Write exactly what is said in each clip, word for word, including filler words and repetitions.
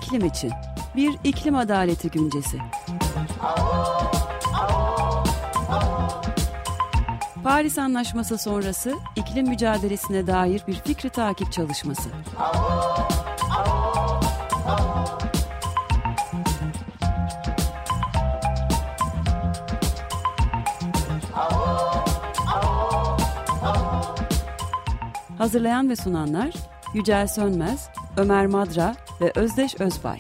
iklim için bir iklim adaleti güncesi. Paris Anlaşması sonrası iklim mücadelesine dair bir fikri takip çalışması. Hazırlayan ve sunanlar Yücel Sönmez, Ömer Madra ve Özdeş Özbay.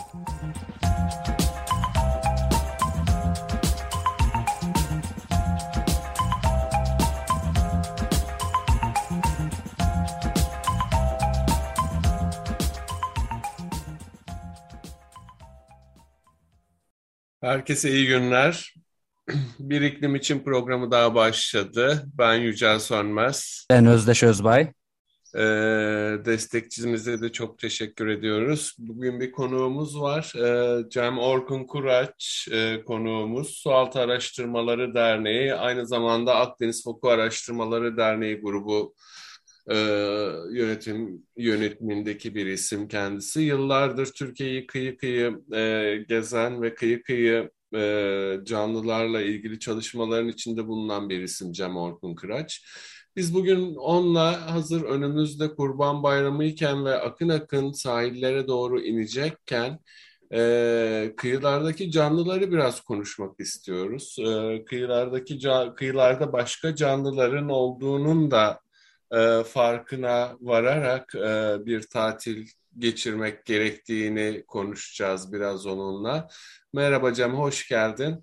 Herkese iyi günler. Bir iklim için programı daha başladı. Ben Yücel Sönmez. Ben Özdeş Özbay. Ee, destekçimize de çok teşekkür ediyoruz. Bugün bir konuğumuz var. Ee, Cem Orkun Kuraç e, konuğumuz. Sualtı Araştırmaları Derneği, aynı zamanda Akdeniz Foku Araştırmaları Derneği grubu e, yönetim yönetimindeki bir isim kendisi. Yıllardır Türkiye'yi kıyı kıyı e, gezen ve kıyı kıyı e, canlılarla ilgili çalışmaların içinde bulunan bir isim Cem Orkun Kuraç. Biz bugün onunla hazır önümüzde Kurban Bayramı iken ve akın akın sahillere doğru inecekken e, kıyılardaki canlıları biraz konuşmak istiyoruz. E, kıyılardaki ca- kıyılarda başka canlıların olduğunun da e, farkına vararak e, bir tatil geçirmek gerektiğini konuşacağız biraz onunla. Merhaba Cem, hoş geldin.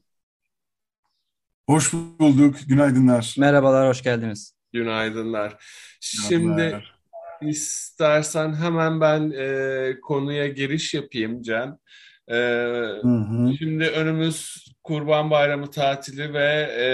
Hoş bulduk, günaydınlar. Merhabalar, hoş geldiniz. Günaydınlar. Şimdi Günaydınlar. istersen hemen ben e, konuya giriş yapayım Cem. E, Hı hı. Şimdi önümüz Kurban Bayramı tatili ve e,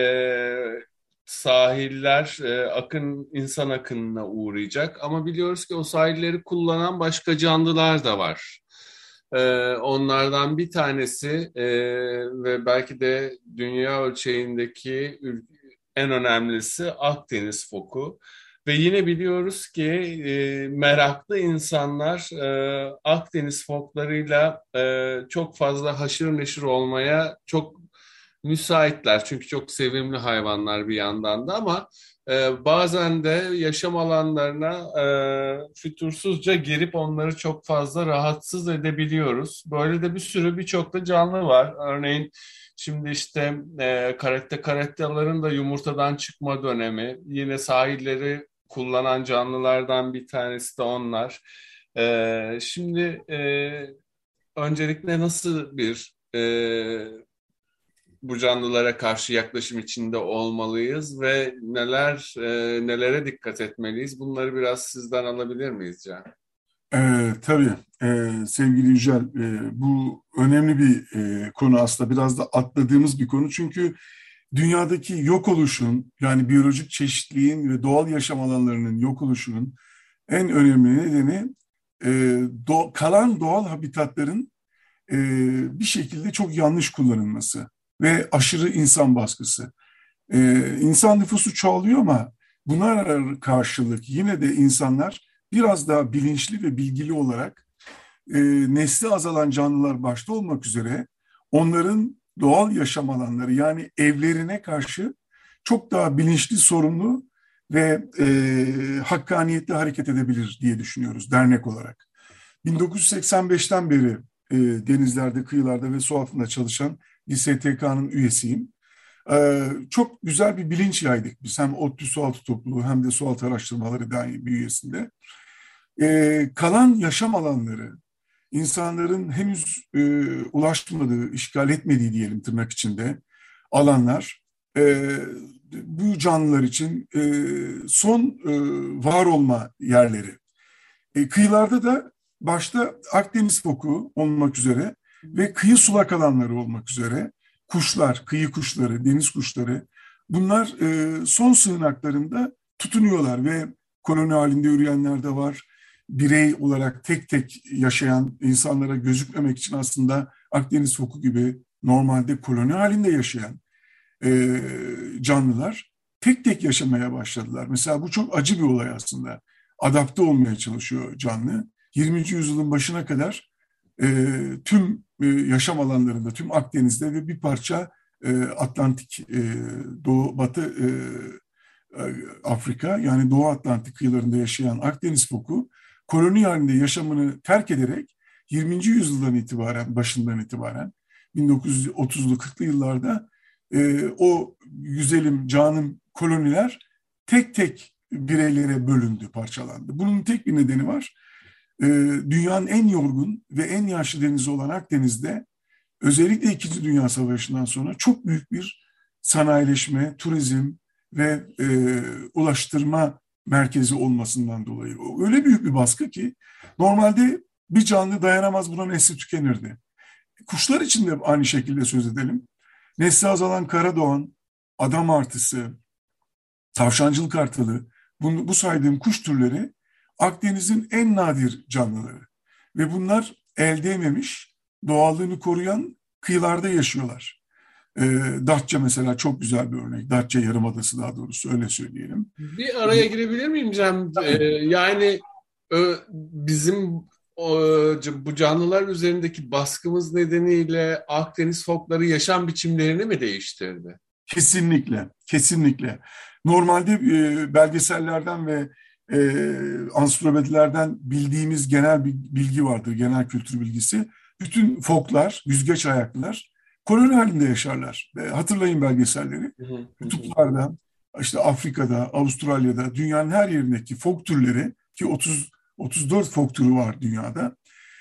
sahiller e, akın insan akınına uğrayacak. Ama biliyoruz ki o sahilleri kullanan başka canlılar da var. Ee, onlardan bir tanesi e, ve belki de dünya ölçeğindeki ül- en önemlisi Akdeniz foku. Ve yine biliyoruz ki e, meraklı insanlar e, Akdeniz foklarıyla e, çok fazla haşır neşir olmaya çok müsaitler. Çünkü çok sevimli hayvanlar bir yandan da, ama ee, bazen de yaşam alanlarına e, fütursuzca girip onları çok fazla rahatsız edebiliyoruz. Böyle de bir sürü birçok da canlı var. Örneğin şimdi işte e, karette karettaların da yumurtadan çıkma dönemi. Yine sahilleri kullanan canlılardan bir tanesi de onlar. E, şimdi e, öncelikle nasıl bir e, bu canlılara karşı yaklaşım içinde olmalıyız ve neler e, nelere dikkat etmeliyiz? Bunları biraz sizden alabilir miyiz Can? Ee, tabii ee, sevgili Yücel, ee, bu önemli bir ee, konu aslında, biraz da atladığımız bir konu. Çünkü dünyadaki yok oluşun, yani biyolojik çeşitliliğin ve doğal yaşam alanlarının yok oluşunun en önemli nedeni ee, do- kalan doğal habitatların ee, bir şekilde çok yanlış kullanılması ve aşırı insan baskısı. Ee, insan nüfusu çoğalıyor ama buna karşılık yine de insanlar biraz daha bilinçli ve bilgili olarak e, nesli azalan canlılar başta olmak üzere onların doğal yaşam alanları, yani evlerine karşı çok daha bilinçli, sorumlu ve e, hakkaniyetli hareket edebilir diye düşünüyoruz dernek olarak. bin dokuz yüz seksen beşten beri e, denizlerde, kıyılarda ve su altında çalışan bir S T K'nın üyesiyim. Ee, çok güzel bir bilinç yaydık biz, hem ODTÜ Sualtı Topluluğu hem de Sualtı Araştırmaları Derneği bünyesinde. Ee, kalan yaşam alanları, insanların henüz e, ulaşmadığı, işgal etmediği diyelim tırnak içinde alanlar, e, bu canlılar için e, son e, var olma yerleri. E, kıyılarda da başta Akdeniz foku olmak üzere ve kıyı sulak alanları olmak üzere kuşlar, kıyı kuşları, deniz kuşları, bunlar e, son sığınaklarında tutunuyorlar ve koloni halinde yürüyenler de var. Birey olarak tek tek yaşayan insanlara gözükmemek için aslında Akdeniz foku gibi normalde koloni halinde yaşayan e, canlılar tek tek yaşamaya başladılar. Mesela bu çok acı bir olay aslında. Adapte olmaya çalışıyor canlı. yirminci yüzyılın başına kadar e, tüm e, yaşam alanlarında, tüm Akdeniz'de ve bir parça e, Atlantik, e, Doğu, Batı e, e, Afrika, yani Doğu Atlantik kıyılarında yaşayan Akdeniz foku koloni halinde yaşamını terk ederek yirminci yüzyıldan itibaren, başından itibaren bin dokuz yüz otuzlu kırklı yıllarda e, o güzelim canım koloniler tek tek bireylere bölündü, parçalandı. Bunun tek bir nedeni var. E, dünyanın en yorgun ve en yaşlı denizi olan Akdeniz'de özellikle İkinci Dünya Savaşı'ndan sonra çok büyük bir sanayileşme, turizm ve e, ulaştırma merkezi olmasından dolayı. Öyle büyük bir baskı ki normalde bir canlı dayanamaz, buna nesli tükenirdi. Kuşlar için de aynı şekilde söz edelim. Nesli azalan karadoğan, adam martısı, tavşancıl kartalı, bu, bu saydığım kuş türleri Akdeniz'in en nadir canlıları. Ve bunlar el değmemiş, doğallığını koruyan kıyılarda yaşıyorlar. E, Datça mesela çok güzel bir örnek. Datça Yarımadası, daha doğrusu öyle söyleyelim. Bir araya girebilir miyim Cem? Ee, yani ö, bizim o, bu canlılar üzerindeki baskımız nedeniyle Akdeniz fokları yaşam biçimlerini mi değiştirdi? Kesinlikle, kesinlikle. Normalde e, belgesellerden ve e, ansiklopedilerden bildiğimiz genel bir bilgi vardır, genel kültür bilgisi. Bütün foklar, yüzgeç ayaklılar koloni halinde yaşarlar. E, hatırlayın belgeselleri. Hı hı, Kutuplarda, işte Afrika'da, Avustralya'da, dünyanın her yerindeki fok türleri, ki otuz otuz dört fok türü var dünyada.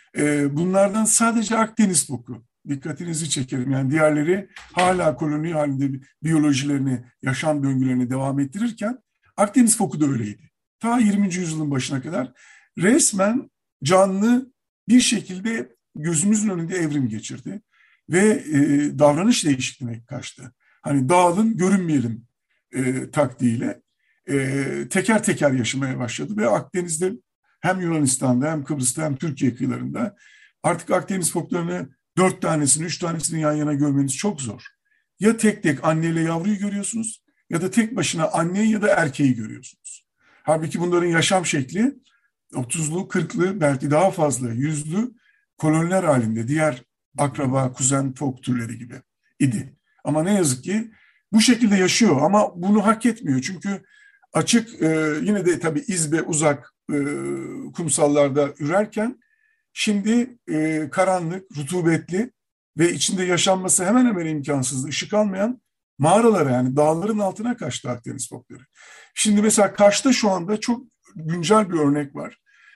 E, bunlardan sadece Akdeniz foku, dikkatinizi çekerim. Yani diğerleri hala koloni halinde biyolojilerini, yaşam döngülerini devam ettirirken Akdeniz foku da öyleydi. Ta yirminci yüzyılın başına kadar resmen canlı bir şekilde gözümüzün önünde evrim geçirdi. Ve e, davranış değişikliğine kaçtı. Hani dağılın, görünmeyelim e, taktiğiyle e, teker teker yaşamaya başladı. Ve Akdeniz'de hem Yunanistan'da hem Kıbrıs'ta hem Türkiye kıyılarında artık Akdeniz foklarını dört tanesini, üç tanesini yan yana görmeniz çok zor. Ya tek tek anneyle yavruyu görüyorsunuz ya da tek başına anneyi ya da erkeği görüyorsunuz. Halbuki bunların yaşam şekli otuzlu, kırklı, belki daha fazla yüzlü koloniler halinde diğer akraba, kuzen fok türleri gibi idi. Ama ne yazık ki bu şekilde yaşıyor ama bunu hak etmiyor. Çünkü açık, e, yine de tabii izbe uzak e, kumsallarda ürerken şimdi e, karanlık, rutubetli ve içinde yaşanması hemen hemen imkansız, ışık almayan mağaralara, yani dağların altına kaçtı Akdeniz fokları. Şimdi mesela Kaş'ta şu anda çok güncel bir örnek var.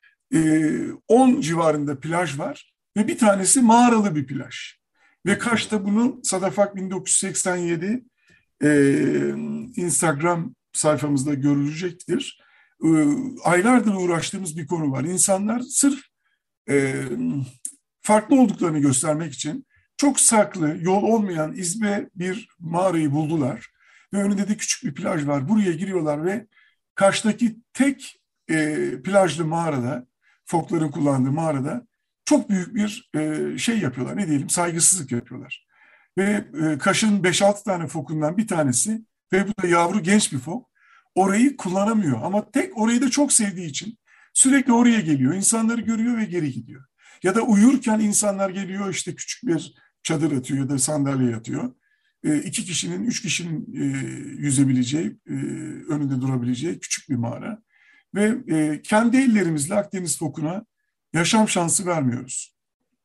on civarında plaj var ve bir tanesi mağaralı bir plaj. Ve Kaş'ta bunu Sadafak bin dokuz yüz seksen yedi e, Instagram sayfamızda görülecektir. E, aylardır uğraştığımız bir konu var. İnsanlar sırf e, farklı olduklarını göstermek için çok saklı, yol olmayan izbe bir mağarayı buldular. Ve önünde de küçük bir plaj var. Buraya giriyorlar ve Kaş'taki tek e, plajlı mağarada, fokların kullandığı mağarada çok büyük bir e, şey yapıyorlar. Ne diyelim, saygısızlık yapıyorlar. Ve e, Kaş'ın beş altı tane fokundan bir tanesi, ve bu da yavru genç bir fok, orayı kullanamıyor. Ama tek orayı da çok sevdiği için sürekli oraya geliyor. İnsanları görüyor ve geri gidiyor. Ya da uyurken insanlar geliyor, işte küçük bir çadır atıyor ya da sandalye yatıyor. E, iki kişinin, üç kişinin e, yüzebileceği, e, önünde durabileceği küçük bir mağara. Ve e, kendi ellerimizle Akdeniz fokuna yaşam şansı vermiyoruz.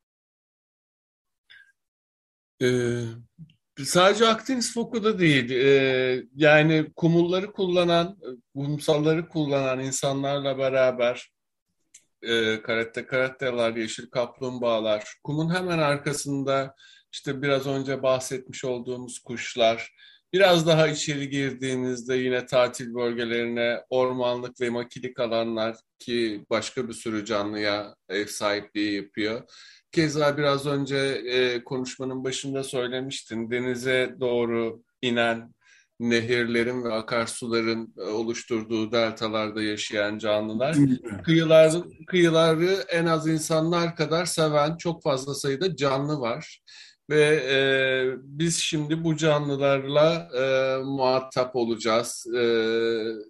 Ee, sadece Akdeniz foku da değil. Ee, yani kumulları kullanan, kumsalları kullanan insanlarla beraber e, karette karetteler, yeşil kaplumbağalar, kumun hemen arkasında işte biraz önce bahsetmiş olduğumuz kuşlar, biraz daha içeri girdiğinizde yine tatil bölgelerine ormanlık ve makilik alanlar, ki başka bir sürü canlıya ev sahipliği yapıyor. Keza biraz önce e, konuşmanın başında söylemiştin, denize doğru inen nehirlerin ve akarsuların e, oluşturduğu deltalarda yaşayan canlılar, kıyılar, kıyıları en az insanlar kadar seven çok fazla sayıda canlı var. Ve e, biz şimdi bu canlılarla e, muhatap olacağız. E,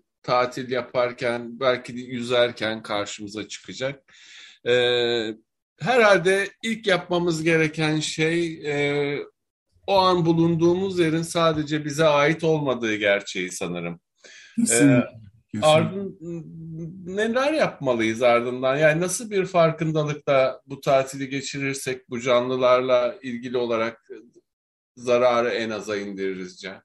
tatil yaparken, belki de yüzerken karşımıza çıkacak. E, herhalde ilk yapmamız gereken şey e, o an bulunduğumuz yerin sadece bize ait olmadığı gerçeği sanırım. E, Kesinlikle. Kesinlikle. ardın, neler yapmalıyız ardından? Yani nasıl bir farkındalıkla bu tatili geçirirsek bu canlılarla ilgili olarak zararı en aza indiririz Can?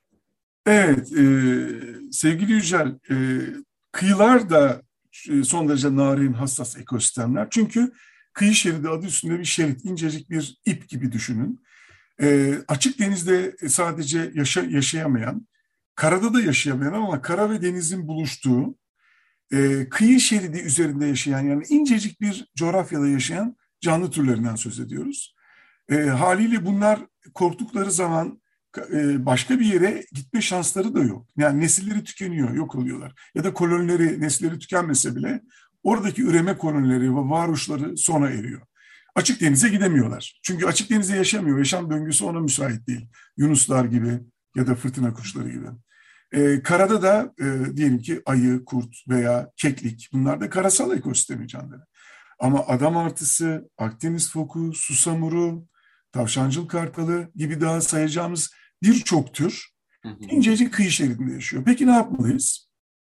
Evet, e, sevgili Yücel, e, kıyılar da e, son derece narin, hassas ekosistemler. Çünkü kıyı şeridi adı üstünde bir şerit, incecik bir ip gibi düşünün. E, açık denizde sadece yaşa, yaşayamayan, karada da yaşayamayan ama kara ve denizin buluştuğu, e, kıyı şeridi üzerinde yaşayan, yani incecik bir coğrafyada yaşayan canlı türlerinden söz ediyoruz. E, haliyle bunlar korktukları zaman e, başka bir yere gitme şansları da yok. Yani nesilleri tükeniyor, yok oluyorlar. Ya da kolonileri, nesilleri tükenmese bile oradaki üreme kolonileri ve varoluşları sona eriyor. Açık denize gidemiyorlar. Çünkü açık denizde yaşamıyor. Yaşam döngüsü ona müsait değil. Yunuslar gibi ya da fırtına kuşları gibi. E, karada da e, diyelim ki ayı, kurt veya keklik, bunlar da karasal ekosistemi canlıları. Ama adam martısı, Akdeniz foku, susamuru, tavşancıl kartalı gibi daha sayacağımız birçok tür incecik kıyı şeridinde yaşıyor. Peki ne yapmalıyız?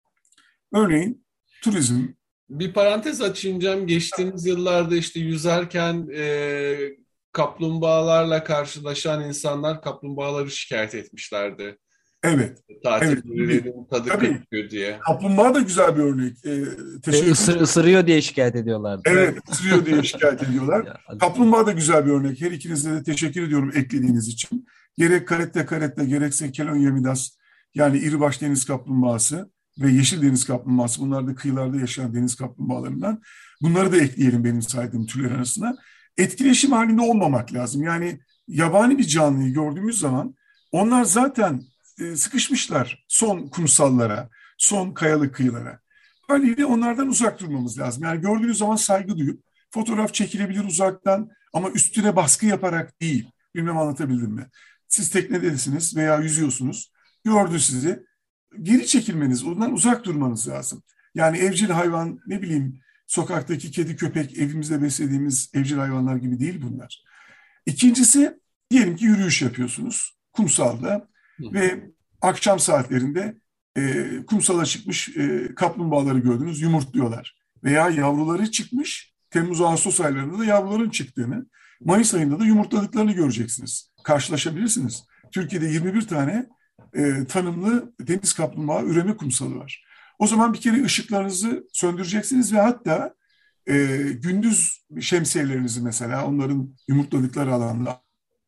Örneğin turizm. Bir parantez açayım Cem. Geçtiğimiz yıllarda işte yüzerken e, kaplumbağalarla karşılaşan insanlar kaplumbağaları şikayet etmişlerdi. Evet, Tatil evet. ürünlerinin tadı Tabii. kaçıyor diye. Kaplumbağa da güzel bir örnek. Ee, Ve ısır, ısırıyor diye şikayet ediyorlardı. Evet, ısırıyor diye şikayet ediyorlar. Ya, Kaplumbağa da güzel bir örnek. Her ikinize de teşekkür ediyorum eklediğiniz için. Gerek karette karette gerekse Kelonya midas, yani iribaş deniz kaplumbağası ve yeşil deniz kaplumbağası, bunlar da kıyılarda yaşayan deniz kaplumbağalarından. Bunları da ekleyelim benim saydığım türler arasına. Etkileşim halinde olmamak lazım. Yani yabani bir canlıyı gördüğümüz zaman onlar zaten e, sıkışmışlar son kumsallara, son kayalık kıyılara. Haliyle onlardan uzak durmamız lazım. Yani gördüğünüz zaman saygı duyup fotoğraf çekilebilir uzaktan ama üstüne baskı yaparak değil. Bilmem anlatabildim mi? Siz teknedesiniz veya yüzüyorsunuz. Gördü sizi. Geri çekilmeniz, ondan uzak durmanız lazım. Yani evcil hayvan, ne bileyim, sokaktaki kedi, köpek, evimizde beslediğimiz evcil hayvanlar gibi değil bunlar. İkincisi, diyelim ki yürüyüş yapıyorsunuz kumsalda ve akşam saatlerinde e, kumsala çıkmış e, kaplumbağaları gördünüz, yumurtluyorlar. Veya yavruları çıkmış, Temmuz-Ağustos aylarında da yavruların çıktığını, Mayıs ayında da yumurtladıklarını göreceksiniz. Karşılaşabilirsiniz. Türkiye'de yirmi bir tane e, tanımlı deniz kaplumbağa üreme kumsalı var. O zaman bir kere ışıklarınızı söndüreceksiniz ve hatta e, gündüz şemsiyelerinizi, mesela onların yumurtladıkları alanda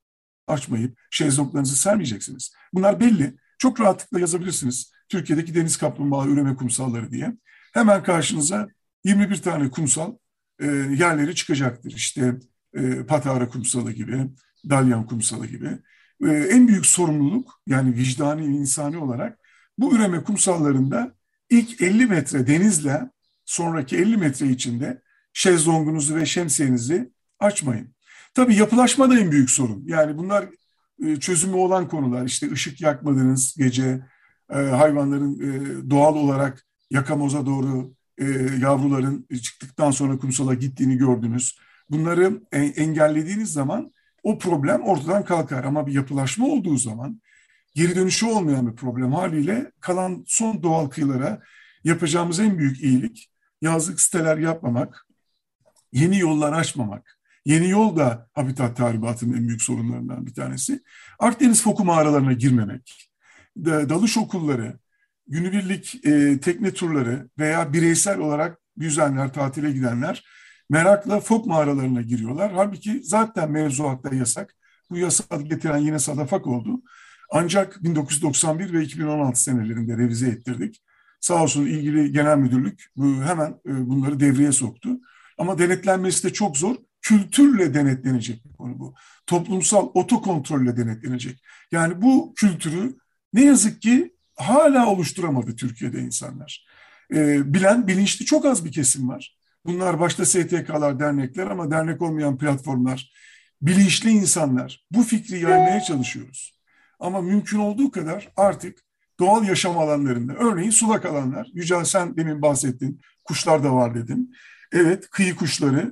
açmayıp şezlonglarınızı sermeyeceksiniz. Bunlar belli. Çok rahatlıkla yazabilirsiniz. Türkiye'deki deniz kaplumbağa üreme kumsalları diye. Hemen karşınıza yirmi bir tane kumsal e, yerleri çıkacaktır. İşte e, Patara kumsalı gibi, Dalyan kumsalı gibi. E, en büyük sorumluluk, yani vicdani, insani olarak bu üreme kumsallarında ilk elli metre denizle sonraki elli metre içinde şezlongunuzu ve şemsiyenizi açmayın. Tabii yapılaşma da en büyük sorun. Yani bunlar e, çözümü olan konular. İşte ışık yakmadınız gece, e, hayvanların e, doğal olarak yakamoza doğru e, yavruların çıktıktan sonra kumsala gittiğini gördünüz. Bunları e, engellediğiniz zaman o problem ortadan kalkar. Ama bir yapılaşma olduğu zaman geri dönüşü olmayan bir problem haliyle kalan son doğal kıyılara yapacağımız en büyük iyilik yazlık siteler yapmamak, yeni yollar açmamak. Yeni yol da habitat tahribatının en büyük sorunlarından bir tanesi. Akdeniz foku mağaralarına girmemek, dalış okulları, günübirlik e, tekne turları veya bireysel olarak yüzenler, tatile gidenler merakla fok mağaralarına giriyorlar. Halbuki zaten mevzuatta yasak. Bu yasağı getiren yine Sadafak oldu. Ancak bin dokuz yüz doksan bir ve iki bin on altı senelerinde revize ettirdik. Sağ olsun ilgili genel müdürlük bu, hemen e, bunları devreye soktu. Ama denetlenmesi de çok zor. Kültürle denetlenecek bir konu bu. Toplumsal otokontrolle denetlenecek. Yani bu kültürü ne yazık ki hala oluşturamadı Türkiye'de insanlar. Ee, bilen, bilinçli çok az bir kesim var. Bunlar başta S T K'lar, dernekler ama dernek olmayan platformlar, bilinçli insanlar. Bu fikri yaymaya çalışıyoruz. Ama mümkün olduğu kadar artık doğal yaşam alanlarında, örneğin sulak alanlar, Yücel sen demin bahsettin, kuşlar da var dedin. Evet, kıyı kuşları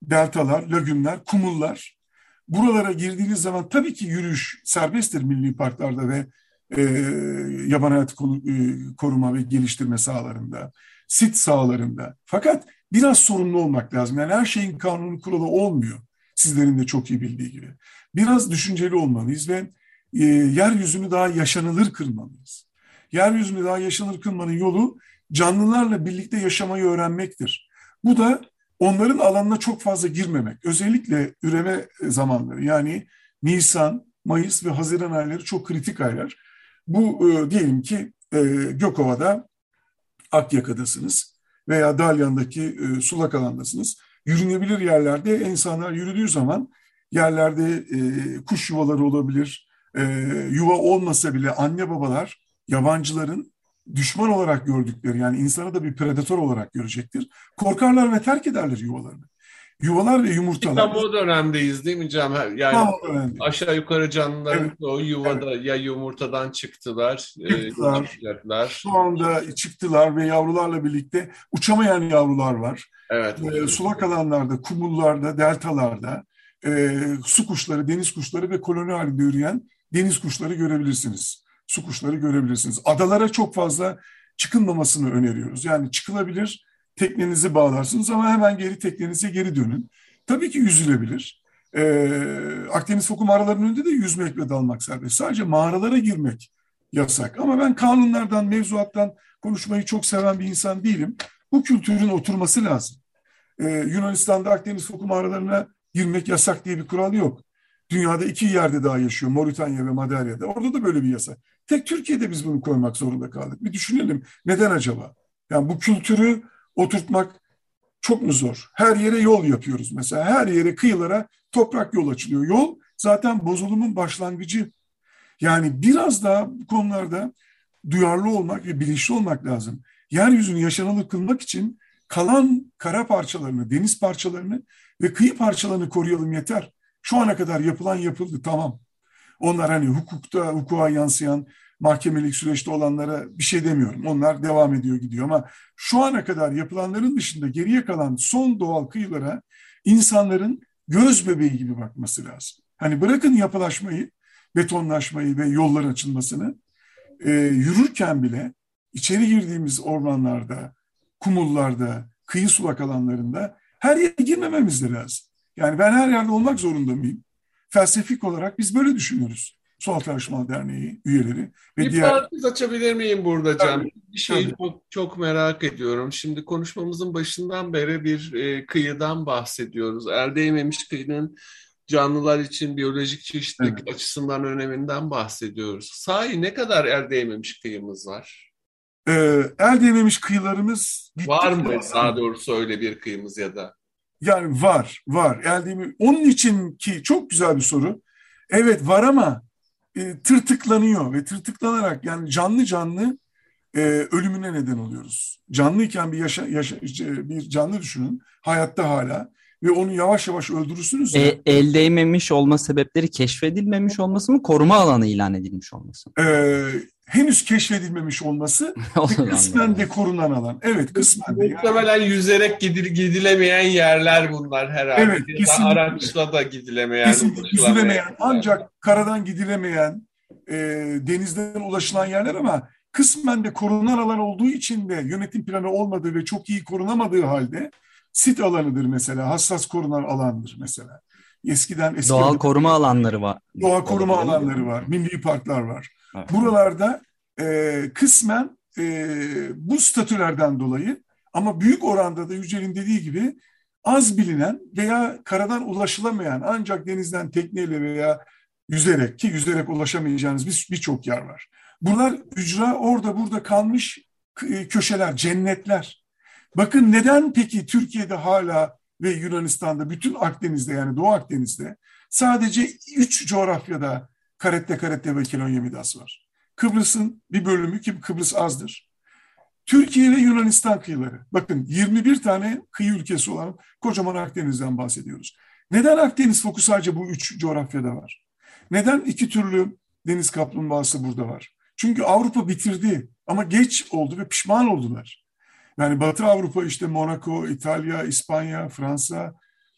deltalar, lagünler, kumullar. Buralara girdiğiniz zaman tabii ki yürüyüş serbesttir milli parklarda ve e, yaban hayatı koruma ve geliştirme sahalarında, sit sahalarında. Fakat biraz sorumlu olmak lazım. Yani her şeyin kanunu kuralı olmuyor. Sizlerin de çok iyi bildiği gibi. Biraz düşünceli olmalıyız ve e, yeryüzünü daha yaşanılır kılmalıyız. Yeryüzünü daha yaşanılır kılmanın yolu canlılarla birlikte yaşamayı öğrenmektir. Bu da onların alanına çok fazla girmemek. Özellikle üreme zamanları yani Nisan, Mayıs ve Haziran ayları çok kritik aylar. Bu e, diyelim ki e, Gökova'da Akyaka'dasınız veya Dalyan'daki e, sulak alandasınız. Yürünebilir yerlerde insanlar yürüdüğü zaman yerlerde e, kuş yuvaları olabilir. E, yuva olmasa bile anne babalar yabancıların düşman olarak gördükleri yani insanı da bir predatör olarak görecektir. Korkarlar ve terk ederler yuvalarını. Yuvalar ve yumurtalar. Tam o dönemdeyiz değil mi Cem? Yani aşağı yukarı canlıların evet. o yuvada evet. ya yumurtadan çıktılar. Çıktılar. E, Şu anda çıktılar ve yavrularla birlikte uçamayan yavrular var. Evet. E, sulak alanlarda, kumullarda, deltalarda e, su kuşları, deniz kuşları ve koloni halinde yürüyen deniz kuşları görebilirsiniz. Su kuşları görebilirsiniz. Adalara çok fazla çıkılmamasını öneriyoruz. Yani çıkılabilir, teknenizi bağlarsınız ama hemen geri teknenize geri dönün. Tabii ki yüzülebilir. Ee, Akdeniz foku mağaralarının önünde de yüzmek ve dalmak serbest. Sadece mağaralara girmek yasak. Ama ben kanunlardan, mevzuattan konuşmayı çok seven bir insan değilim. Bu kültürün oturması lazım. Ee, Yunanistan'da Akdeniz foku mağaralarına girmek yasak diye bir kural yok. Dünyada iki yerde daha yaşıyor. Moritanya ve Madalya'da. Orada da böyle bir yasak. Tek Türkiye'de biz bunu koymak zorunda kaldık. Bir düşünelim. Neden acaba? Yani bu kültürü oturtmak çok mu zor? Her yere yol yapıyoruz mesela. Her yere kıyılara toprak yol açılıyor. Yol zaten bozulumun başlangıcı. Yani biraz daha bu konularda duyarlı olmak ve bilinçli olmak lazım. Yeryüzünü yaşanılır kılmak için kalan kara parçalarını, deniz parçalarını ve kıyı parçalarını koruyalım yeter. Şu ana kadar yapılan yapıldı tamam. Onlar hani hukukta, hukuka yansıyan mahkemelik süreçte olanlara bir şey demiyorum. Onlar devam ediyor gidiyor ama şu ana kadar yapılanların dışında geriye kalan son doğal kıyılara insanların göz bebeği gibi bakması lazım. Hani bırakın yapılaşmayı, betonlaşmayı ve yolların açılmasını e, yürürken bile içeri girdiğimiz ormanlarda, kumullarda, kıyı sulak alanlarında her yere girmememiz de lazım. Yani ben her yerde olmak zorunda mıyım? Felsefik olarak biz böyle düşünüyoruz. Sualtı Araştırmaları Derneği üyeleri. Ve bir diğer... parantez açabilir miyim burada Cem? Tabii, bir şeyi tabii. çok, çok merak ediyorum. Şimdi konuşmamızın başından beri bir e, kıyıdan bahsediyoruz. Er değmemiş kıyının canlılar için biyolojik çeşitlilik evet. açısından öneminden bahsediyoruz. Sahi ne kadar er değmemiş kıyımız var? Ee, er değmemiş kıyılarımız... Var mı daha doğrusu öyle bir kıyımız ya da? Yani var, var. Er değmemiş... Onun için ki çok güzel bir soru. Evet var ama e, tırtıklanıyor ve tırtıklanarak yani canlı canlı e, ölümüne neden oluyoruz. Canlıyken bir yaşa, yaşa, bir canlı düşünün hayatta hala ve onu yavaş yavaş öldürürsünüz. E, el değmemiş olma sebepleri keşfedilmemiş olması mı, koruma alanı ilan edilmiş olması mı? E, henüz keşfedilmemiş olması ve kısmen de korunan alan. Evet kısmen de. Muhtemelen yani, yüzerek gidil, gidilemeyen yerler bunlar herhalde. Evet kesinlikle. Araçla da gidilemeyen. Kesinlikle gidilemeyen ancak karadan gidilemeyen e, denizden ulaşılan yerler ama kısmen de korunan alan olduğu için de yönetim planı olmadığı ve çok iyi korunamadığı halde sit alanıdır mesela. Hassas korunan alandır mesela. Eskiden, eskiden doğal koruma alanları var. Doğal koruma alanları var. Milli parklar var. Evet. Buralarda e, kısmen e, bu statülerden dolayı ama büyük oranda da Yücel'in dediği gibi az bilinen veya karadan ulaşılamayan ancak denizden tekneyle veya yüzerek ki yüzerek ulaşamayacağınız bir birçok yer var. Bunlar ücra orada burada kalmış köşeler, cennetler. Bakın neden peki Türkiye'de hala ve Yunanistan'da bütün Akdeniz'de yani Doğu Akdeniz'de sadece üç coğrafyada Karette Karette ve Kelonya Midas var. Kıbrıs'ın bir bölümü ki Kıbrıs azdır. Türkiye ve Yunanistan kıyıları. Bakın yirmi bir tane kıyı ülkesi olan kocaman Akdeniz'den bahsediyoruz. Neden Akdeniz foku sadece bu üç coğrafyada var? Neden iki türlü deniz kaplumbağası burada var? Çünkü Avrupa bitirdi ama geç oldu ve pişman oldular. Yani Batı Avrupa işte Monaco, İtalya, İspanya, Fransa,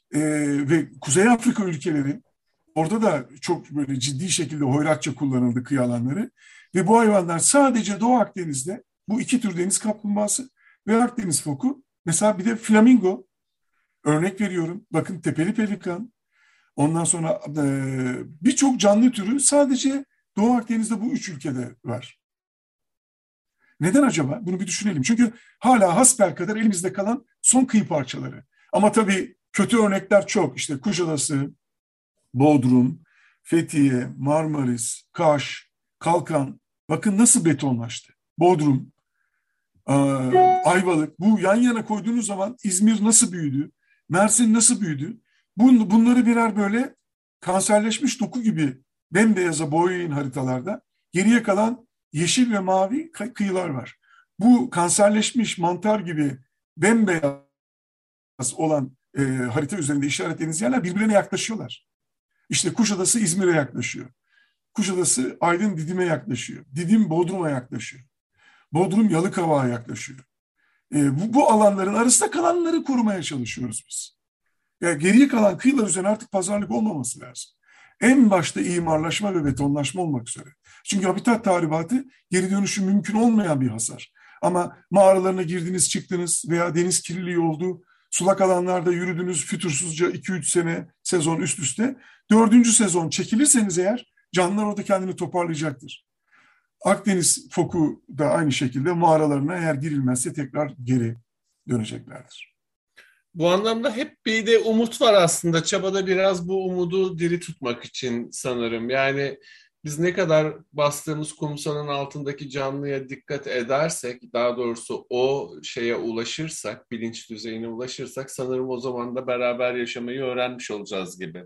e, ve Kuzey Afrika ülkeleri, orada da çok böyle ciddi şekilde hoyratça kullanıldı kıyı alanları. Ve bu hayvanlar sadece Doğu Akdeniz'de, bu iki tür deniz kaplumbağası ve Akdeniz foku, mesela bir de flamingo, örnek veriyorum. Bakın tepeli pelikan, ondan sonra e, birçok canlı türü sadece Doğu Akdeniz'de bu üç ülkede var. Neden acaba? Bunu bir düşünelim. Çünkü hala hasbelkader elimizde kalan son kıyı parçaları. Ama tabii kötü örnekler çok. İşte Kuşadası, Bodrum, Fethiye, Marmaris, Kaş, Kalkan. Bakın nasıl betonlaştı. Bodrum, Ayvalık. Bu yan yana koyduğunuz zaman İzmir nasıl büyüdü? Mersin nasıl büyüdü? Bunları birer böyle kanserleşmiş doku gibi bembeyaza boyayın haritalarda. Geriye kalan yeşil ve mavi kıyılar var. Bu kanserleşmiş mantar gibi bembeyaz olan e, harita üzerinde işaretlediğiniz yerler birbirine yaklaşıyorlar. İşte Kuşadası İzmir'e yaklaşıyor. Kuşadası Aydın Didim'e yaklaşıyor. Didim Bodrum'a yaklaşıyor. Bodrum Yalıkavak'a yaklaşıyor. E, bu, bu alanların arasında kalanları korumaya çalışıyoruz biz. Yani geriye kalan kıyılar üzerine artık pazarlık olmaması lazım. En başta imarlaşma ve betonlaşma olmak üzere. Çünkü habitat tahribatı geri dönüşü mümkün olmayan bir hasar. Ama mağaralarına girdiniz çıktınız veya deniz kirliliği oldu, sulak alanlarda yürüdünüz fütursuzca iki üç sene sezon üst üste. Dördüncü sezon çekilirseniz eğer canlılar orada kendini toparlayacaktır. Akdeniz foku da aynı şekilde mağaralarına eğer girilmezse tekrar geri döneceklerdir. Bu anlamda hep bir de umut var aslında. Çabada biraz bu umudu diri tutmak için sanırım. Yani biz ne kadar bastığımız kumsalın altındaki canlıya dikkat edersek, daha doğrusu o şeye ulaşırsak, bilinç düzeyine ulaşırsak sanırım o zaman da beraber yaşamayı öğrenmiş olacağız gibi.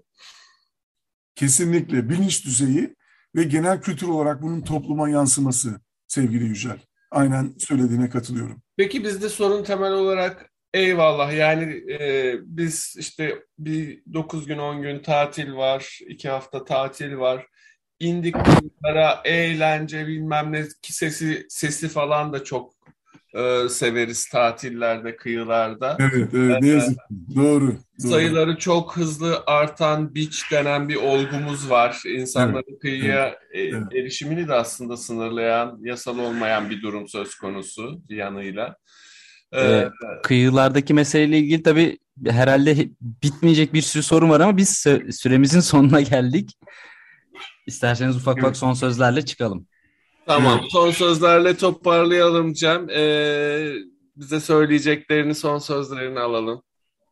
Kesinlikle bilinç düzeyi ve genel kültür olarak bunun topluma yansıması sevgili Yücel. Aynen söylediğine katılıyorum. Peki bizde sorun temel olarak eyvallah yani e, biz işte bir dokuz gün on gün tatil var, iki hafta tatil var. İndik kıyılara eğlence bilmem ne ki sesi sesi falan da çok e, severiz tatillerde kıyılarda. Evet, evet ne yazık ki. Doğru, doğru. Sayıları çok hızlı artan beach denen bir olgumuz var. İnsanların Evet, kıyıya evet, e, evet. erişimini de aslında sınırlayan, yasal olmayan bir durum söz konusu bir yanıyla. Ee, Ee, kıyılardaki meseleyle ilgili tabii herhalde bitmeyecek bir sürü sorun var ama biz sü- süremizin sonuna geldik. İsterseniz ufak ufak Evet. son sözlerle çıkalım. tamam, Evet. son sözlerle toparlayalım Cem. Ee, bize söyleyeceklerini, son sözlerini alalım.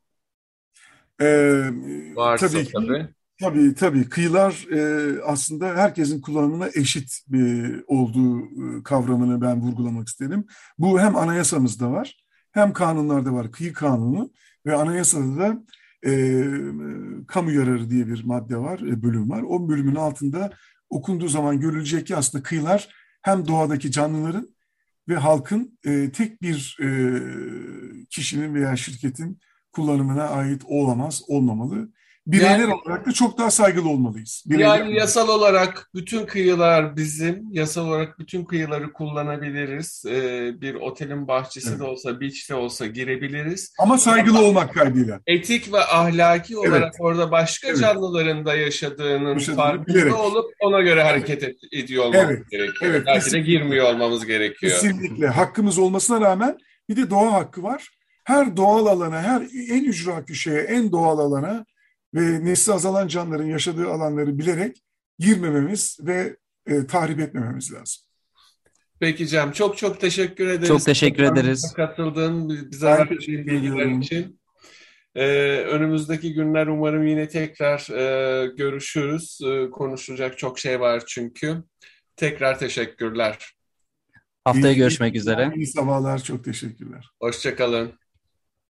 Ee, Varsa tabii ki, tabii. tabii tabii kıyılar e, aslında herkesin kullanımına eşit bir olduğu e, kavramını ben vurgulamak isterim. Bu hem anayasamızda var, hem kanunlarda var. Kıyı kanunu ve anayasada da e, kamu yararı diye bir madde var, e, bölüm var. O bölümün altında okunduğu zaman görülecek ki aslında kıyılar hem doğadaki canlıların ve halkın e, tek bir e, kişinin veya şirketin kullanımına ait olamaz, olmamalı. Bireyler Yani olarak da çok daha saygılı olmalıyız. Bireyler Yani yasal olarak bütün kıyılar bizim, yasal olarak bütün kıyıları kullanabiliriz. Ee, bir otelin bahçesi de evet. olsa, beach de olsa girebiliriz. Ama saygılı olmak kaydıyla. Etik ve ahlaki olarak Evet, orada başka evet. canlıların da yaşadığının Yaşadığını farkında bilerek. olup ona göre hareket et- ediyor olmamız Evet, gerekiyor. evet, Belki de kesinlikle. girmiyor olmamız gerekiyor. Kesinlikle. Hakkımız olmasına rağmen bir de doğa hakkı var. Her doğal alana, her en ücra köşeye, en doğal alana ve nesli azalan canlıların yaşadığı alanları bilerek girmememiz ve e, tahrip etmememiz lazım. Peki Cem, çok çok teşekkür Çok ederiz. teşekkür Programımıza ederiz. katıldığın, bize Ben verdiğin teşekkür bilgiler ediyorum. için. Ee, önümüzdeki günler umarım yine tekrar e, görüşürüz. E, konuşacak çok şey var çünkü. Tekrar teşekkürler. Haftaya İyi, görüşmek iyi, üzere. iyi sabahlar, çok teşekkürler. Hoşça kalın.